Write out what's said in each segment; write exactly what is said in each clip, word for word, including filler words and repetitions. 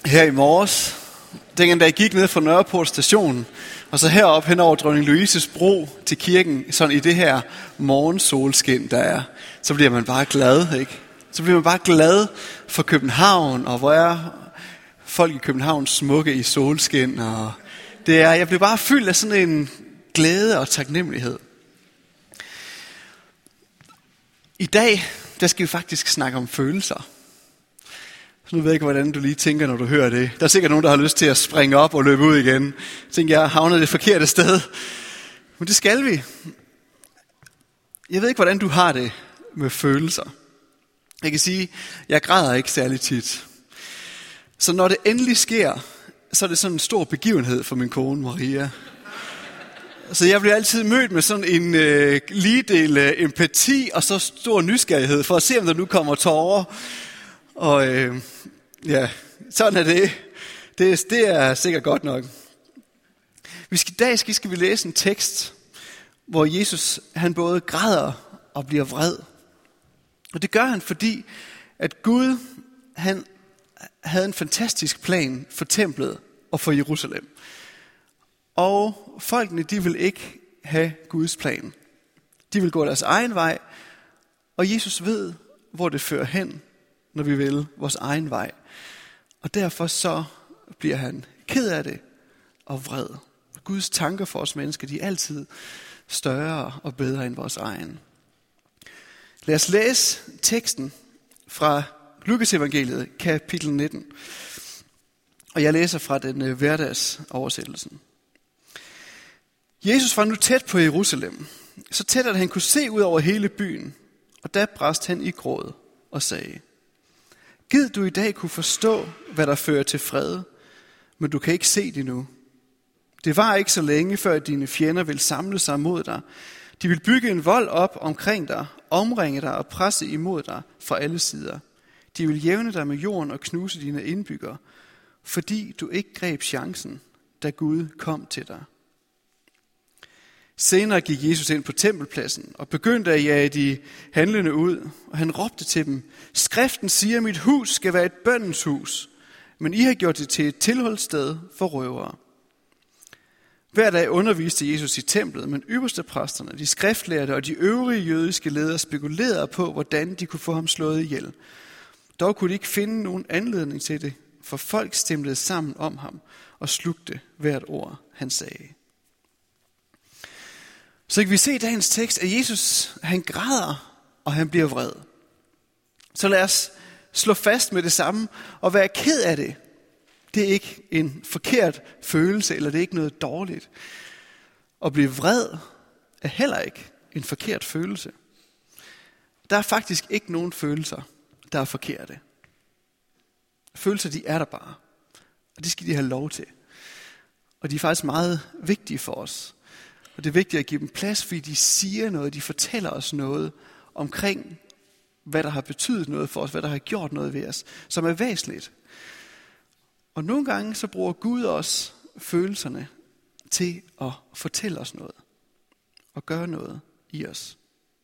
her i morges, dengang da jeg gik ned fra Nørreport station, og så herop hen over Dronning Louises bro til kirken, sådan i det her morgensolskin, der er, så bliver man bare glad, ikke? Så bliver man bare glad for København, og hvor er folk i København smukke i solskin, og det er, jeg bliver bare fyldt af sådan en glæde og taknemmelighed. I dag, der skal vi faktisk snakke om følelser. Så nu ved jeg ikke, hvordan du lige tænker, når du hører det. Der er sikkert nogen, der har lyst til at springe op og løbe ud igen. Så tænker jeg, havner det forkerte sted. Men det skal vi. Jeg ved ikke, hvordan du har det med følelser. Jeg kan sige, jeg græder ikke særlig tit. Så når det endelig sker, så er det sådan en stor begivenhed for min kone Maria. Så jeg bliver altid mødt med sådan en øh, lige del øh, empati og så stor nysgerrighed for at se, om der nu kommer tårer. Og øh, ja, sådan er det. det. Det er sikkert godt nok. Vi skal, I dag skal, skal vi læse en tekst, hvor Jesus han både græder og bliver vred. Og det gør han, fordi at Gud han havde en fantastisk plan for templet og for Jerusalem. Og folkene, de vil ikke have Guds plan. De vil gå deres egen vej, og Jesus ved, hvor det fører hen, når vi vil vores egen vej. Og derfor så bliver han ked af det og vred. Guds tanker for os mennesker, de er altid større og bedre end vores egen. Lad os læse teksten fra Lukas evangeliet, kapitel nitten. Og jeg læser fra den hverdagsoversættelsen. Jesus var nu tæt på Jerusalem, så tæt at han kunne se ud over hele byen. Og da brast han i gråd og sagde: Gid du i dag kunne forstå, hvad der fører til fred, men du kan ikke se det nu. Det var ikke så længe, før dine fjender ville samle sig mod dig. De vil bygge en vold op omkring dig, omringe dig og presse imod dig fra alle sider. De vil jævne dig med jorden og knuse dine indbyggere, fordi du ikke greb chancen, da Gud kom til dig. Senere gik Jesus ind på tempelpladsen og begyndte at jage de handlende ud, og han råbte til dem: Skriften siger, mit hus skal være et bønnens hus, men I har gjort det til et tilholdssted for røvere. Hver dag underviste Jesus i templet, men ypperstepræsterne, de skriftlærde og de øvrige jødiske ledere spekulerede på, hvordan de kunne få ham slået ihjel. Dog kunne de ikke finde nogen anledning til det, for folk stemlede sammen om ham og slugte hvert ord, han sagde. Så kan vi se i dagens tekst, at Jesus han græder, og han bliver vred. Så lad os slå fast med det samme og være ked af det. Det er ikke en forkert følelse, eller det er ikke noget dårligt. At blive vred er heller ikke en forkert følelse. Der er faktisk ikke nogen følelser, der er forkerte. Følelser, de er der bare. Og det skal de have lov til. Og de er faktisk meget vigtige for os. Og det er vigtigt at give dem plads, fordi de siger noget, de fortæller os noget omkring, hvad der har betydet noget for os, hvad der har gjort noget ved os, som er væsentligt. Og nogle gange så bruger Gud også følelserne til at fortælle os noget og gøre noget i os.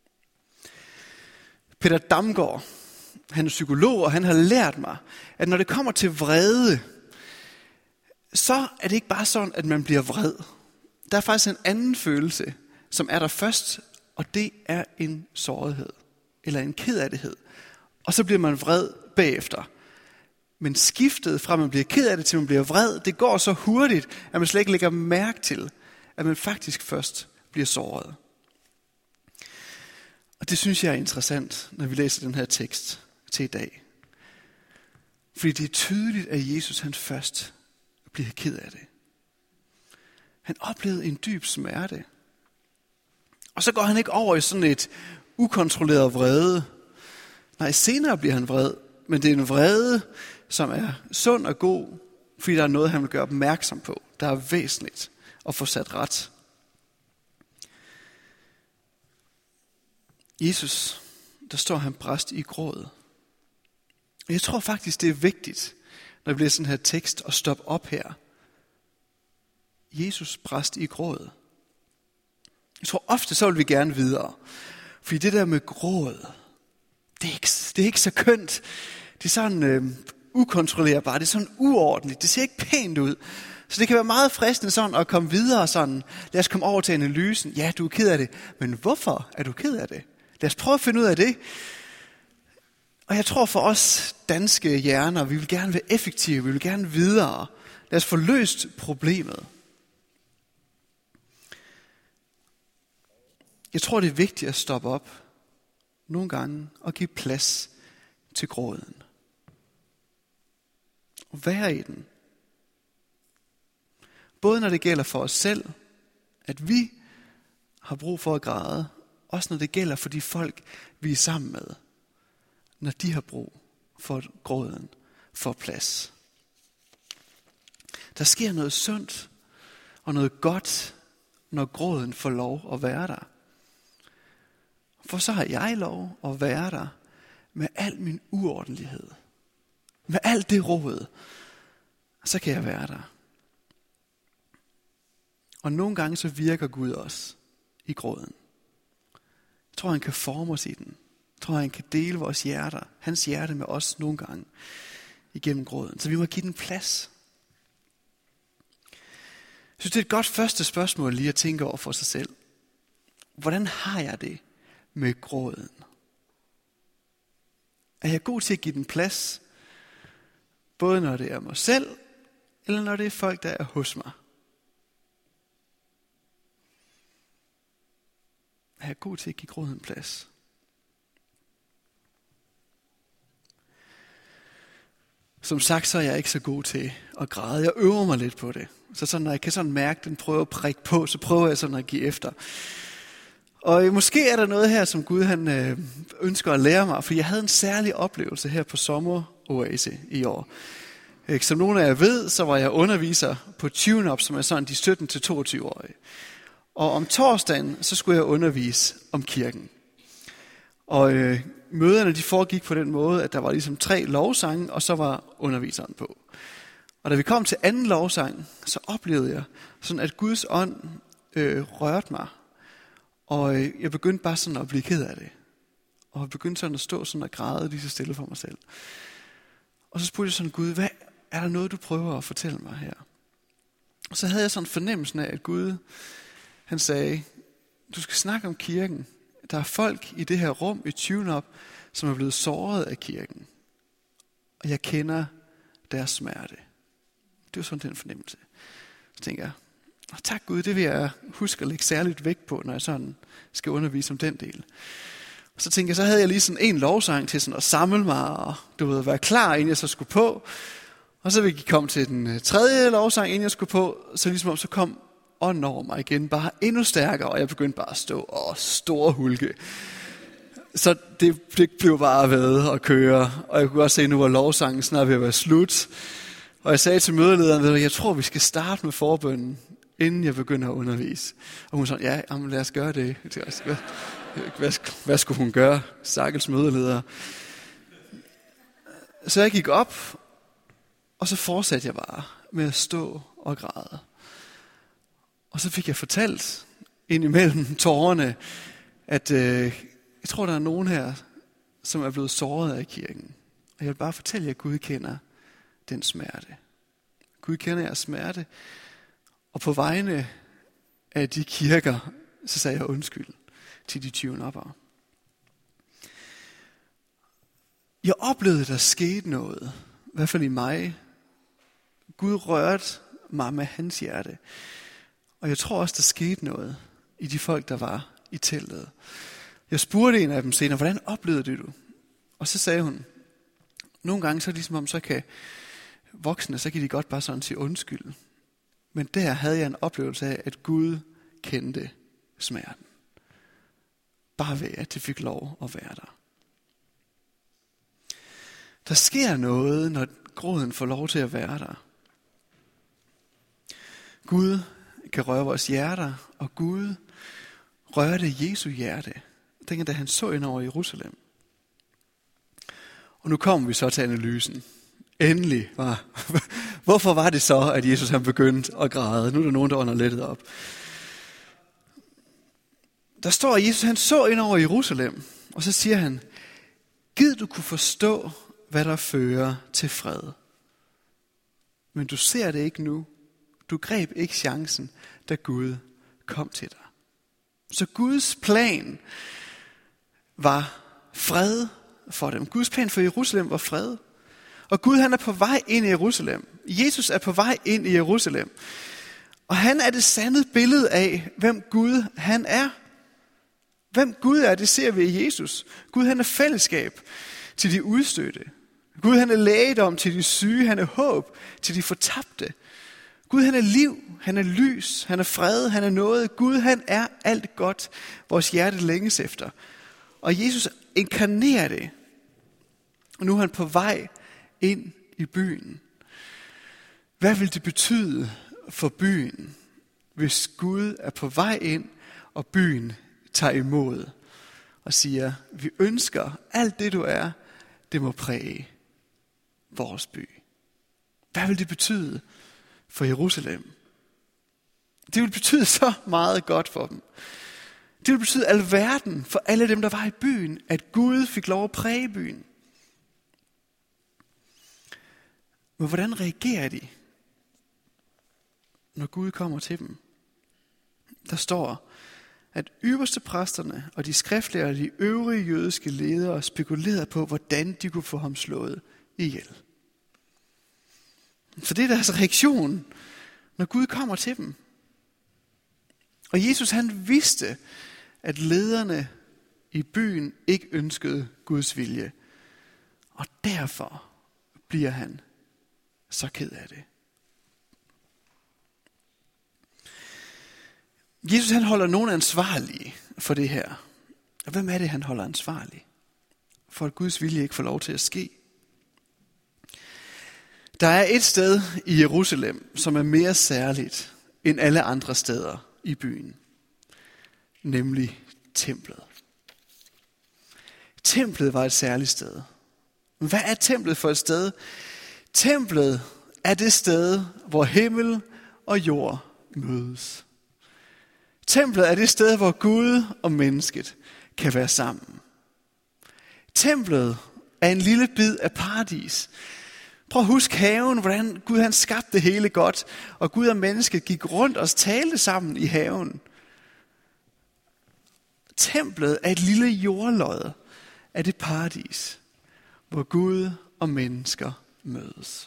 Peter Damgaard, han er psykolog, og han har lært mig, at når det kommer til vrede, så er det ikke bare sådan, at man bliver vred. Der er faktisk en anden følelse, som er der først, og det er en sårighed, eller en kedelighed. Og så bliver man vred bagefter. Men skiftet fra, at man bliver ked af det, til man bliver vred, det går så hurtigt, at man slet ikke lægger mærke til, at man faktisk først bliver såret. Og det synes jeg er interessant, når vi læser den her tekst til i dag. Fordi det er tydeligt, at Jesus han først bliver ked af det. Han oplevede en dyb smerte. Og så går han ikke over i sådan et ukontrolleret vrede. Nej, senere bliver han vred, men det er en vrede, som er sund og god, fordi der er noget, han vil gøre opmærksom på, der er væsentligt at få sat ret. Jesus, der står han brast i gråd. Jeg tror faktisk, det er vigtigt, når vi læser den her tekst, at stoppe op her. Jesus brast i gråd. Jeg tror ofte, så vil vi gerne videre. Fordi det der med gråd, det er ikke, det er ikke så kønt. Det er sådan, øh, ukontrollerbart, det er sådan uordentligt, det ser ikke pænt ud. Så det kan være meget fristende sådan at komme videre sådan, lad os komme over til analysen. Ja, du er ked af det, men hvorfor er du ked af det? Lad os prøve at finde ud af det. Og jeg tror for os danske hjerner, vi vil gerne være effektive, vi vil gerne videre. Lad os få løst problemet. Jeg tror, det er vigtigt at stoppe op nogle gange og give plads til gråden. Og være i den. Både når det gælder for os selv, at vi har brug for at græde, også når det gælder for de folk, vi er sammen med, når de har brug for gråden, for plads. Der sker noget sundt og noget godt, når gråden får lov at være der. For så har jeg lov at være der med al min uordentlighed. Med alt det rod. Så kan jeg være der. Og nogle gange så virker Gud også i gråden. Jeg tror, han kan forme os i den. Jeg tror, han kan dele vores hjerter, hans hjerte med os nogle gange igennem gråden. Så vi må give den plads. Jeg synes, det er et godt første spørgsmål lige at tænke over for sig selv. Hvordan har jeg det med gråden? Er jeg god til at give den plads, både når det er mig selv, eller når det er folk, der er hos mig? Er jeg god til at give gråden plads? Som sagt, så er jeg ikke så god til at græde. Jeg øver mig lidt på det. Så sådan, når jeg kan sådan mærke, den prøver at prikke på, så prøver jeg sådan at give efter. Og måske er der noget her, som Gud han øh, ønsker at lære mig, for jeg havde en særlig oplevelse her på Sommeroase i år. Som nogle af jer ved, så var jeg underviser på TuneUp, som er sådan de sytten til toogtyve-årige. Og om torsdagen, så skulle jeg undervise om kirken. Og øh, møderne, de foregik på den måde, at der var ligesom tre lovsange, og så var underviseren på. Og da vi kom til anden lovsang, så oplevede jeg sådan, at Guds ånd øh, rørte mig. Og øh, jeg begyndte bare sådan at blive ked af det. Og jeg begyndte sådan at stå sådan og græde lige så stille for mig selv. Og så spurgte jeg sådan, Gud, hvad er der noget, du prøver at fortælle mig her? Og så havde jeg sådan fornemmelsen af, at Gud, han sagde, du skal snakke om kirken. Der er folk i det her rum i TuneUp, som er blevet såret af kirken. Og jeg kender deres smerte. Det var sådan den fornemmelse. Så tænker jeg, tak Gud, det vil jeg huske at lægge særligt vægt på, når jeg sådan skal undervise om den del. Og så tænker jeg, så havde jeg lige sådan en lovsang til sådan at samle mig, og du ved, være klar, inden jeg så skulle på. Og så vil jeg komme til den tredje lovsang, inden jeg skulle på, så ligesom om så kom ånden over mig igen, bare endnu stærkere, og jeg begyndte bare at stå og store hulke. Så det, det blev bare ved at køre, og jeg kunne også se, at nu var lovsangen snart ved at være slut. Og jeg sagde til mødelederen, jeg tror, vi skal starte med forbønnen, inden jeg begynder at undervise. Og hun sagde, ja, jamen, lad os gøre det. Hvad, hvad, hvad skulle hun gøre? Stakkels mødeleder. Så jeg gik op, og så fortsatte jeg bare med at stå og græde. Og så fik jeg fortalt ind imellem tårerne, at øh, jeg tror, der er nogen her, som er blevet såret af kirken. Og jeg vil bare fortælle jer, at Gud kender den smerte. Gud kender jeres smerte. Og på vegne af de kirker, så sagde jeg undskyld til de TuneUp'ere. Jeg oplevede, at der skete noget, i hvert fald i mig. Gud rørte mig med hans hjerte. Og jeg tror også, der skete noget i de folk, der var i teltet. Jeg spurgte en af dem senere, hvordan oplevede det du? Og så sagde hun, nogle gange så er det ligesom om, så kan voksne, så kan de godt bare sådan sige undskyld. Men der havde jeg en oplevelse af, at Gud kendte smerten. Bare ved, at det fik lov at være der. Der sker noget, når gråden får lov til at være der. Gud kan røre vores hjerter, og Gud rørte Jesu hjerte, dengang da han så ind over Jerusalem. Og nu kommer vi så til analysen. Endelig var. Hvorfor var det så, at Jesus han begyndte at græde? Nu er der nogen, der ånder lettet op. Der står, at Jesus han så ind over Jerusalem, og så siger han, gid du kunne forstå, hvad der fører til fred. Men du ser det ikke nu. Du greb ikke chancen, da Gud kom til dig. Så Guds plan var fred for dem. Guds plan for Jerusalem var fred. Og Gud, han er på vej ind i Jerusalem. Jesus er på vej ind i Jerusalem. Og han er det sande billede af, hvem Gud han er. Hvem Gud er, det ser vi i Jesus. Gud, han er fællesskab til de udstødte. Gud, han er lægedom til de syge. Han er håb til de fortabte. Gud, han er liv. Han er lys. Han er fred. Han er noget. Gud, han er alt godt, vores hjerte længes efter. Og Jesus inkarnerer det. Og nu er han på vej ind i byen. Hvad vil det betyde for byen, hvis Gud er på vej ind, og byen tager imod og siger, vi ønsker alt det du er, det må præge vores by. Hvad vil det betyde for Jerusalem? Det vil betyde så meget godt for dem. Det vil betyde alverden for alle dem, der var i byen, at Gud fik lov at præge byen. Men hvordan reagerer de, når Gud kommer til dem? Der står, at ypperste præsterne og de skriftlærere og de øvrige jødiske ledere spekulerede på, hvordan de kunne få ham slået ihjel. Så det er deres reaktion, når Gud kommer til dem. Og Jesus, han vidste, at lederne i byen ikke ønskede Guds vilje. Og derfor bliver han så ked af det. Jesus, han holder nogen ansvarlige for det her. Og hvem er det, han holder ansvarlig? For at Guds vilje ikke får lov til at ske. Der er et sted i Jerusalem, som er mere særligt end alle andre steder i byen. Nemlig templet. Templet var et særligt sted. Men hvad er templet for et sted? Templet er det sted, hvor himmel og jord mødes. Templet er det sted, hvor Gud og mennesket kan være sammen. Templet er en lille bid af paradis. Prøv at huske haven, hvordan Gud han skabte det hele godt, og Gud og mennesket gik rundt og talte sammen i haven. Templet er et lille jordlod af det paradis, hvor Gud og mennesker mødes.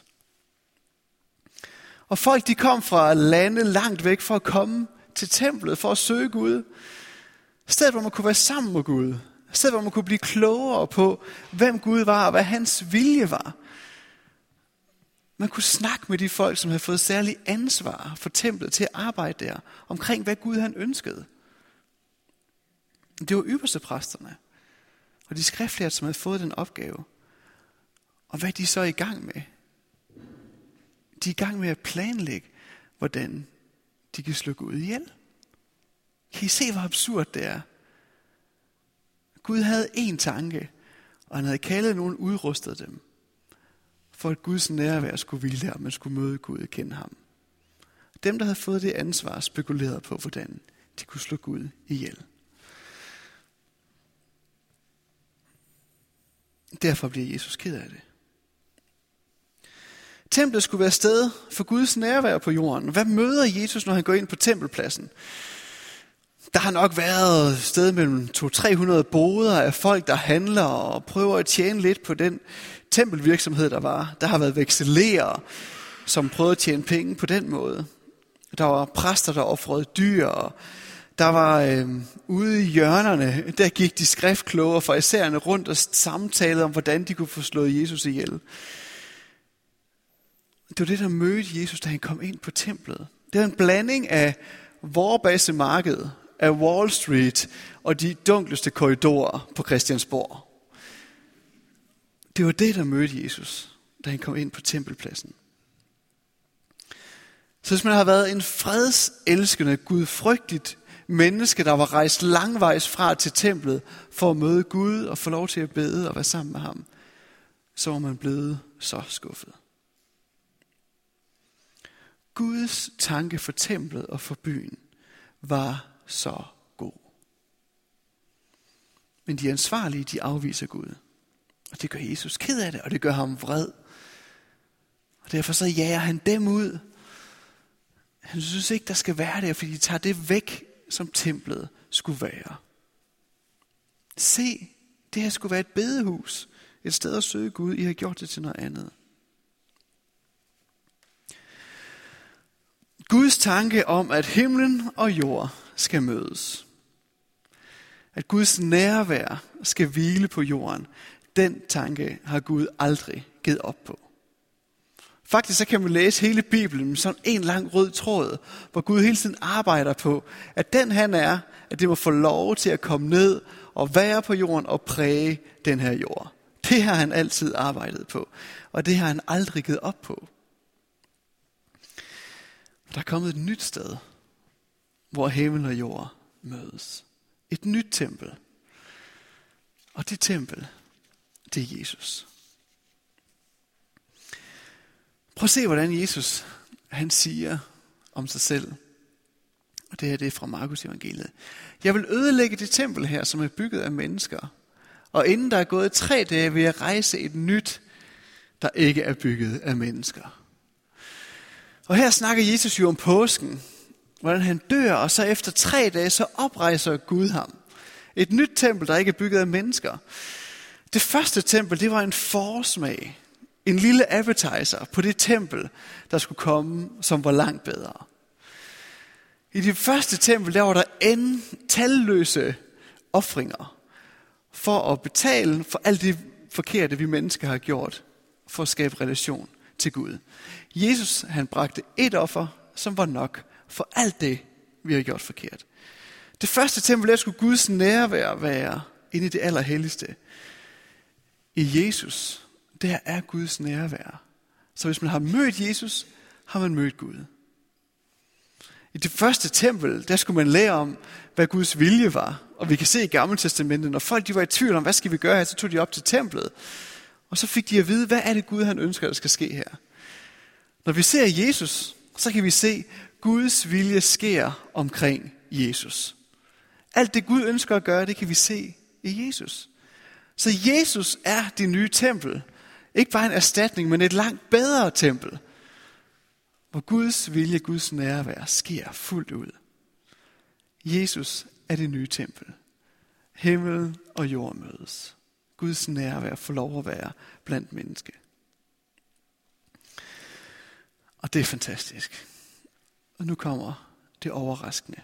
Og folk de kom fra lande langt væk for at komme til templet for at søge Gud. Stedet hvor man kunne være sammen med Gud. Stedet hvor man kunne blive klogere på, hvem Gud var og hvad hans vilje var. Man kunne snakke med de folk, som havde fået særlig ansvar for templet til at arbejde der, omkring hvad Gud han ønskede. Det var ypperste præsterne og de skriftlærde, som havde fået den opgave. Og hvad de så er i gang med? De er i gang med at planlægge, hvordan de kan slå Gud ihjel. Kan I se, hvor absurd det er? Gud havde én tanke, og han havde kaldet nogen, udrustet dem, for at Guds nærvær skulle hvile, og man skulle møde Gud og kende ham. Dem, der havde fået det ansvar, spekulerede på, hvordan de kunne slå Gud ihjel. Derfor bliver Jesus ked af det. Templet skulle være sted for Guds nærvær på jorden. Hvad møder Jesus, når han går ind på tempelpladsen? Der har nok været et sted mellem to til tre hundrede boder af folk, der handler og prøver at tjene lidt på den tempelvirksomhed, der var. Der har været vekselerer, som prøvede at tjene penge på den måde. Der var præster, der ofrede dyr, og der var øh, ude i hjørnerne, der gik de skriftkloge fra isærerne rundt og samtalede om, hvordan de kunne få slået Jesus ihjel. Det var det, der mødte Jesus, da han kom ind på templet. Det var en blanding af Vorbasse Marked, af Wall Street og de dunkleste korridorer på Christiansborg. Det var det, der mødte Jesus, da han kom ind på tempelpladsen. Så hvis man har været en fredselskende, gudfrygtigt menneske, der var rejst langvejs fra til templet for at møde Gud og få lov til at bede og være sammen med ham, så var man blevet så skuffet. Guds tanke for templet og for byen var så god. Men de ansvarlige, de afviser Gud. Og det gør Jesus ked af det, og det gør ham vred. Og derfor så jager han dem ud. Han synes ikke, der skal være det, fordi de tager det væk, som templet skulle være. Se, det her skulle være et bedehus. Et sted at søge Gud. I har gjort det til noget andet. Guds tanke om, at himlen og jord skal mødes. At Guds nærvær skal hvile på jorden. Den tanke har Gud aldrig givet op på. Faktisk så kan man læse hele Bibelen med sådan en lang rød tråd, hvor Gud hele tiden arbejder på, at den han er, at det må få lov til at komme ned og være på jorden og præge den her jord. Det har han altid arbejdet på, og det har han aldrig givet op på. Der er kommet et nyt sted, hvor himmel og jord mødes. Et nyt tempel. Og det tempel, det er Jesus. Prøv at se, hvordan Jesus han siger om sig selv. Og det her det er fra Markus evangeliet. Jeg vil ødelægge det tempel her, som er bygget af mennesker. Og inden der er gået tre dage, vil jeg rejse et nyt, der ikke er bygget af mennesker. Og her snakker Jesus jo om påsken. Hvordan han dør, og så efter tre dage, så oprejser Gud ham. Et nyt tempel, der ikke er bygget af mennesker. Det første tempel, det var en forsmag. En lille appetizer på det tempel, der skulle komme, som var langt bedre. I det første tempel, der var der end talløse ofringer for at betale for alt det forkerte, vi mennesker har gjort, for at skabe relation til Gud. Jesus, han bragte et offer, som var nok for alt det, vi har gjort forkert. Det første tempel, der skulle Guds nærvær være inde i det allerhelligste. I Jesus, der er Guds nærvær. Så hvis man har mødt Jesus, har man mødt Gud. I det første tempel, der skulle man lære om, hvad Guds vilje var. Og vi kan se i Gamle Testamentet, når folk de var i tvivl om, hvad skal vi gøre her, så tog de op til templet. Og så fik de at vide, hvad er det Gud, han ønsker, der skal ske her. Når vi ser Jesus, så kan vi se, at Guds vilje sker omkring Jesus. Alt det Gud ønsker at gøre, det kan vi se i Jesus. Så Jesus er det nye tempel. Ikke bare en erstatning, men et langt bedre tempel. Hvor Guds vilje, Guds nærvær sker fuldt ud. Jesus er det nye tempel. Himmel og jord mødes. Guds nærvær får lov at være blandt mennesker. Og det er fantastisk. Og nu kommer det overraskende.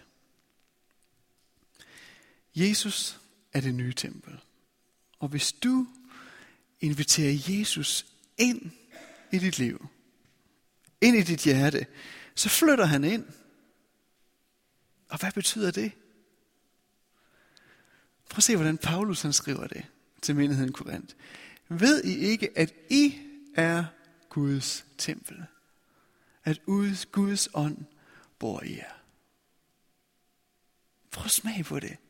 Jesus er det nye tempel. Og hvis du inviterer Jesus ind i dit liv, ind i dit hjerte, så flytter han ind. Og hvad betyder det? Prøv at se, hvordan Paulus han skriver det til menigheden Korinth. Ved I ikke, at I er Guds tempel? At Guds, Guds ånd bor i jer. Prøv at smage på det.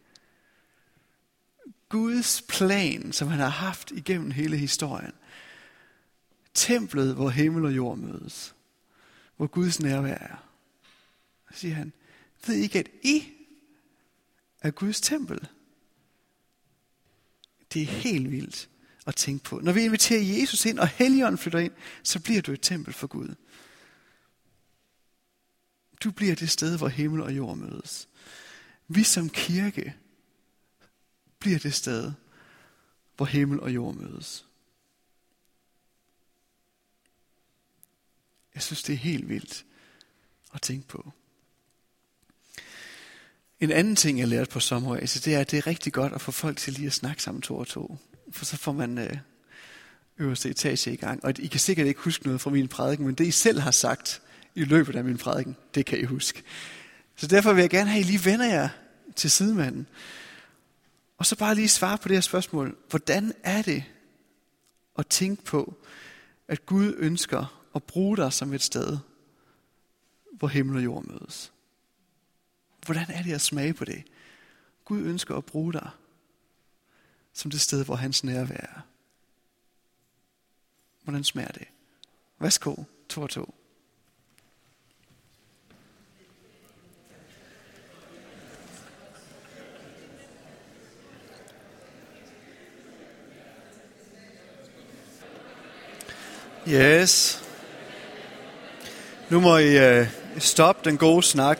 Guds plan, som han har haft igennem hele historien. Templet, hvor himmel og jord mødes. Hvor Guds nærvær er. Så siger han, ved I ikke, at I er Guds tempel? Det er helt vildt at tænke på. Når vi inviterer Jesus ind, og Helligånden flytter ind, så bliver du et tempel for Gud. Du bliver det sted, hvor himmel og jord mødes. Vi som kirke bliver det sted, hvor himmel og jord mødes. Jeg synes, det er helt vildt at tænke på. En anden ting, jeg lærte på sommerrejse, det er, at det er rigtig godt at få folk til lige at snakke sammen to og to. For så får man øh, øverste etage i gang. Og I kan sikkert ikke huske noget fra min prædiken, men det I selv har sagt i løbet af min prædiken, det kan I huske. Så derfor vil jeg gerne have, at I lige vender jer til sidemanden. Og så bare lige svare på det her spørgsmål. Hvordan er det at tænke på, at Gud ønsker at bruge dig som et sted, hvor himmel og jord mødes? Hvordan er det at smage på det? Gud ønsker at bruge dig som det sted, hvor hans nærvær er. Hvordan smager det? Værsgo, to og to. Yes. Nu må I uh, stoppe den gode snak.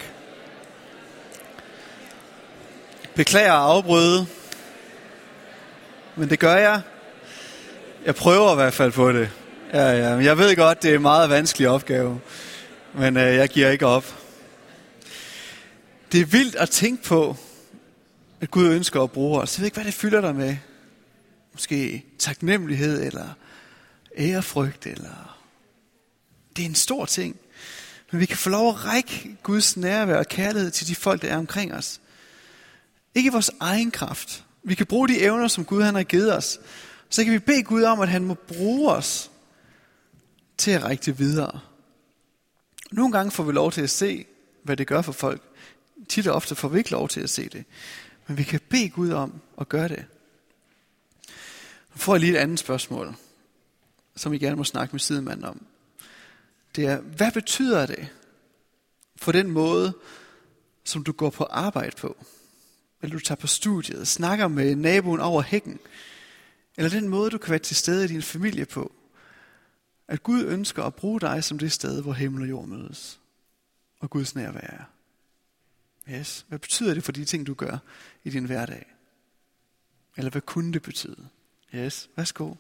Beklager at afbryde, men det gør jeg. Jeg prøver i hvert fald på det. Ja, ja. Jeg ved godt, det er en meget vanskelig opgave, men uh, jeg giver ikke op. Det er vildt at tænke på, at Gud ønsker at bruge os. Jeg ved ikke, hvad det fylder dig med. Måske taknemmelighed, eller ærefrygt, eller... Det er en stor ting. Men vi kan få lov at række Guds nærvær og kærlighed til de folk, der er omkring os. Ikke i vores egen kraft. Vi kan bruge de evner, som Gud han har givet os. Så kan vi bede Gud om, at han må bruge os til at række det videre. Nogle gange får vi lov til at se, hvad det gør for folk. Tit og ofte får vi ikke lov til at se det. Men vi kan bede Gud om at gøre det. Nu får jeg lige et andet spørgsmål, som I gerne må snakke med sidemanden om. Det er, hvad betyder det for den måde, som du går på arbejde på? Eller du tager på studiet, snakker med naboen over hækken? Eller den måde, du kan være til stede i din familie på? At Gud ønsker at bruge dig som det sted, hvor himmel og jord mødes. Og Guds nærvær er. Yes. Hvad betyder det for de ting, du gør i din hverdag? Eller hvad kunne det betyde? Yes. Værsgo.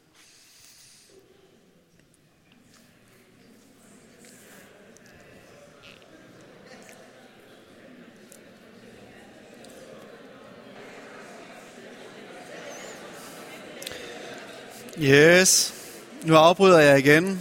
Yes. Nu afbryder jeg igen.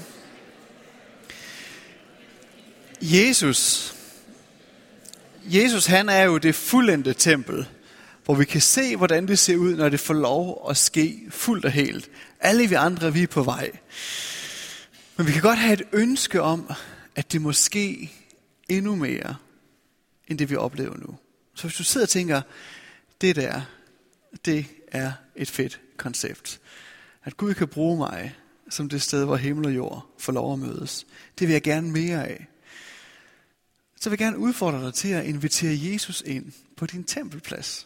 Jesus. Jesus, han er jo det fuldendte tempel, hvor vi kan se, hvordan det ser ud, når det får lov at ske fuldt og helt. Alle vi andre, vi er på vej. Men vi kan godt have et ønske om, at det må ske endnu mere, end det vi oplever nu. Så hvis du sidder og tænker, det der, det er et fedt koncept. At Gud kan bruge mig som det sted, hvor himmel og jord får lov at mødes. Det vil jeg gerne mere af. Så vil jeg gerne udfordre dig til at invitere Jesus ind på din tempelplads.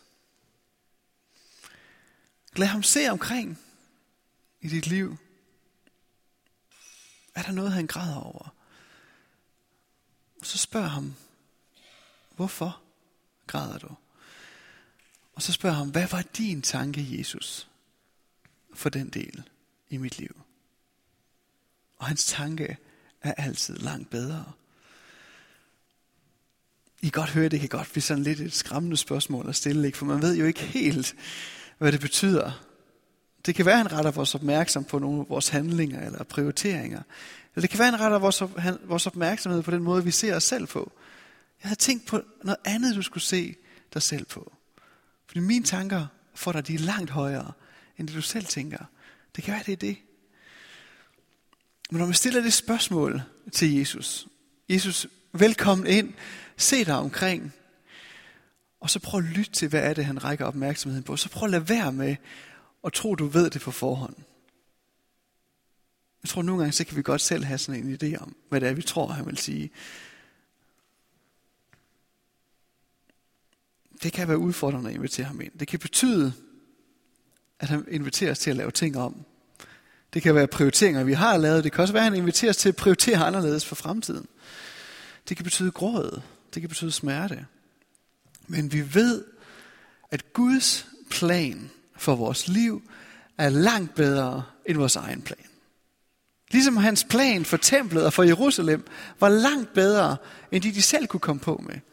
Lad ham se omkring i dit liv. Er der noget, han græder over? Så spørg ham, hvorfor græder du? Og så spørg ham, hvad var din tanke, Jesus, for den del i mit liv? Og hans tanke er altid langt bedre. I kan godt høre, det kan godt blive sådan lidt et skræmmende spørgsmål at stille, ikke? For man ved jo ikke helt, hvad det betyder. Det kan være, at han retter vores opmærksomhed på nogle af vores handlinger eller prioriteringer. Eller det kan være, at han retter vores, op, vores opmærksomhed på den måde, vi ser os selv på. Jeg havde tænkt på noget andet, du skulle se dig selv på. Fordi mine tanker får dig, de er langt højere, end det du selv tænker. Det kan være, det er det. Men når man stiller det spørgsmål til Jesus, Jesus, velkommen ind, se dig omkring, og så prøv at lytte til, hvad er det, han rækker opmærksomheden på. Så prøv at lade være med at tro, du ved det på forhånd. Jeg tror, nogle gange, så kan vi godt selv have sådan en idé om, hvad det er, vi tror, han vil sige. Det kan være udfordrende at invitere ham ind. Det kan betyde, at han inviterer os til at lave ting om. Det kan være prioriteringer, vi har lavet. Det kan også være, at han inviterer os til at prioritere anderledes for fremtiden. Det kan betyde gråd. Det kan betyde smerte. Men vi ved, at Guds plan for vores liv er langt bedre end vores egen plan. Ligesom hans plan for templet og for Jerusalem var langt bedre, end de, de selv kunne komme på med.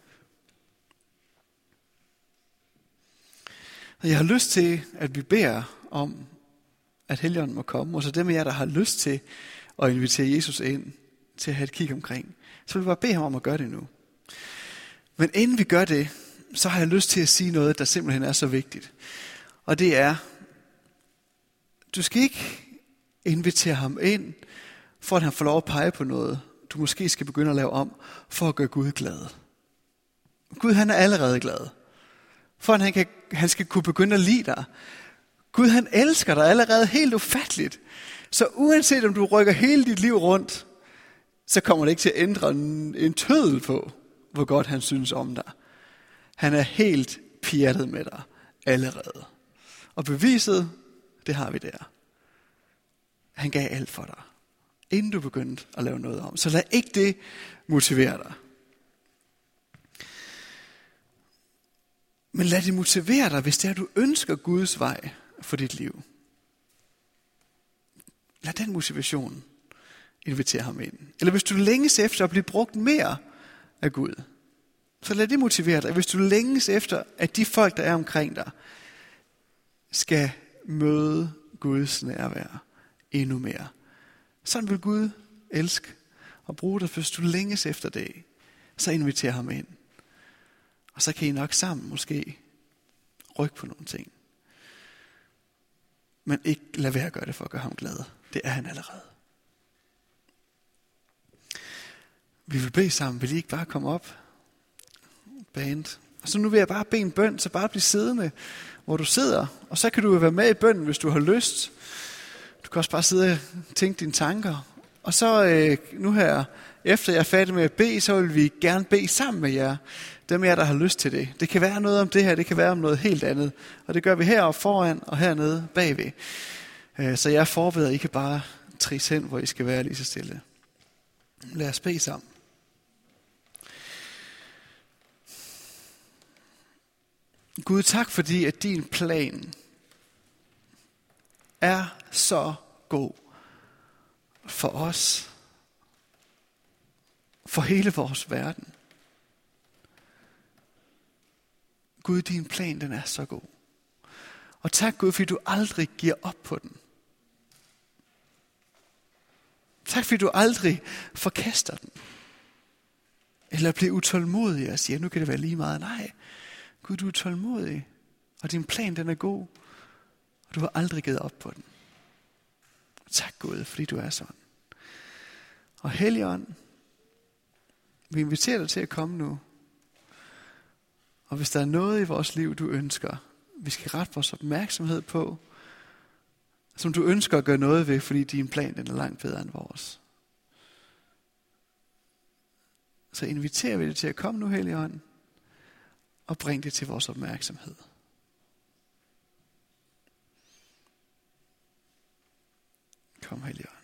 Og jeg har lyst til, at vi beder om, at Helligånden må komme. Og så dem af jer, der har lyst til at invitere Jesus ind, til at have et kig omkring, så vil vi bare bede ham om at gøre det nu. Men inden vi gør det, så har jeg lyst til at sige noget, der simpelthen er så vigtigt. Og det er, du skal ikke invitere ham ind, for at han får lov at pege på noget, du måske skal begynde at lave om, for at gøre Gud glad. Gud, han er allerede glad. For at han, kan, han skal kunne begynde at lide dig. Gud, han elsker dig allerede helt ufatteligt. Så uanset om du rykker hele dit liv rundt, så kommer det ikke til at ændre en, en tøddel på, hvor godt han synes om dig. Han er helt pjattet med dig allerede. Og beviset, det har vi der. Han gav alt for dig. inden du begyndte at lave noget om. Så lad ikke det motivere dig. Men lad det motivere dig, hvis det er, at du ønsker Guds vej for dit liv. Lad den motivation invitere ham ind. Eller hvis du længes efter at blive brugt mere af Gud, så lad det motivere dig. Hvis du længes efter, at de folk, der er omkring dig, skal møde Guds nærvær endnu mere. Sådan vil Gud elske og bruge dig. Hvis du længes efter det, så inviter ham ind. Og så kan I nok sammen måske rykke på nogle ting. Men ikke lad være at gøre det for at gøre ham glad. Det er han allerede. Vi vil bede sammen. Vil I ikke bare komme op? Band. Og så nu vil jeg bare bede en bøn, så bare blive siddende, hvor du sidder. Og så kan du være med i bønnen, hvis du har lyst. Du kan også bare sidde og tænke dine tanker. Og så øh, nu her, efter jeg er færdig med at bede, så vil vi gerne bede sammen med jer. Dem af jer, der har lyst til det. Det kan være noget om det her, det kan være om noget helt andet. Og det gør vi heroppe foran og hernede bagved. Øh, så jeg forbereder, I kan bare trisse hen, hvor I skal være lige så stille. Lad os bede sammen. Gud, tak fordi, at din plan er så god for os, for hele vores verden. Gud, din plan, den er så god. Og tak Gud, fordi du aldrig giver op på den. Tak fordi du aldrig forkaster den. Eller bliver utålmodig og siger, nu kan det være lige meget. Nej, Gud, du er tålmodig, og din plan, den er god, og du har aldrig givet op på den. Tak Gud, fordi du er sådan. Og Helligånd, vi inviterer dig til at komme nu. Og hvis der er noget i vores liv, du ønsker, vi skal rette vores opmærksomhed på, som du ønsker at gøre noget ved, fordi din plan, den er langt bedre end vores. Så inviterer vi dig til at komme nu, Helligånd, og bring det til vores opmærksomhed. Kom, Helligånd.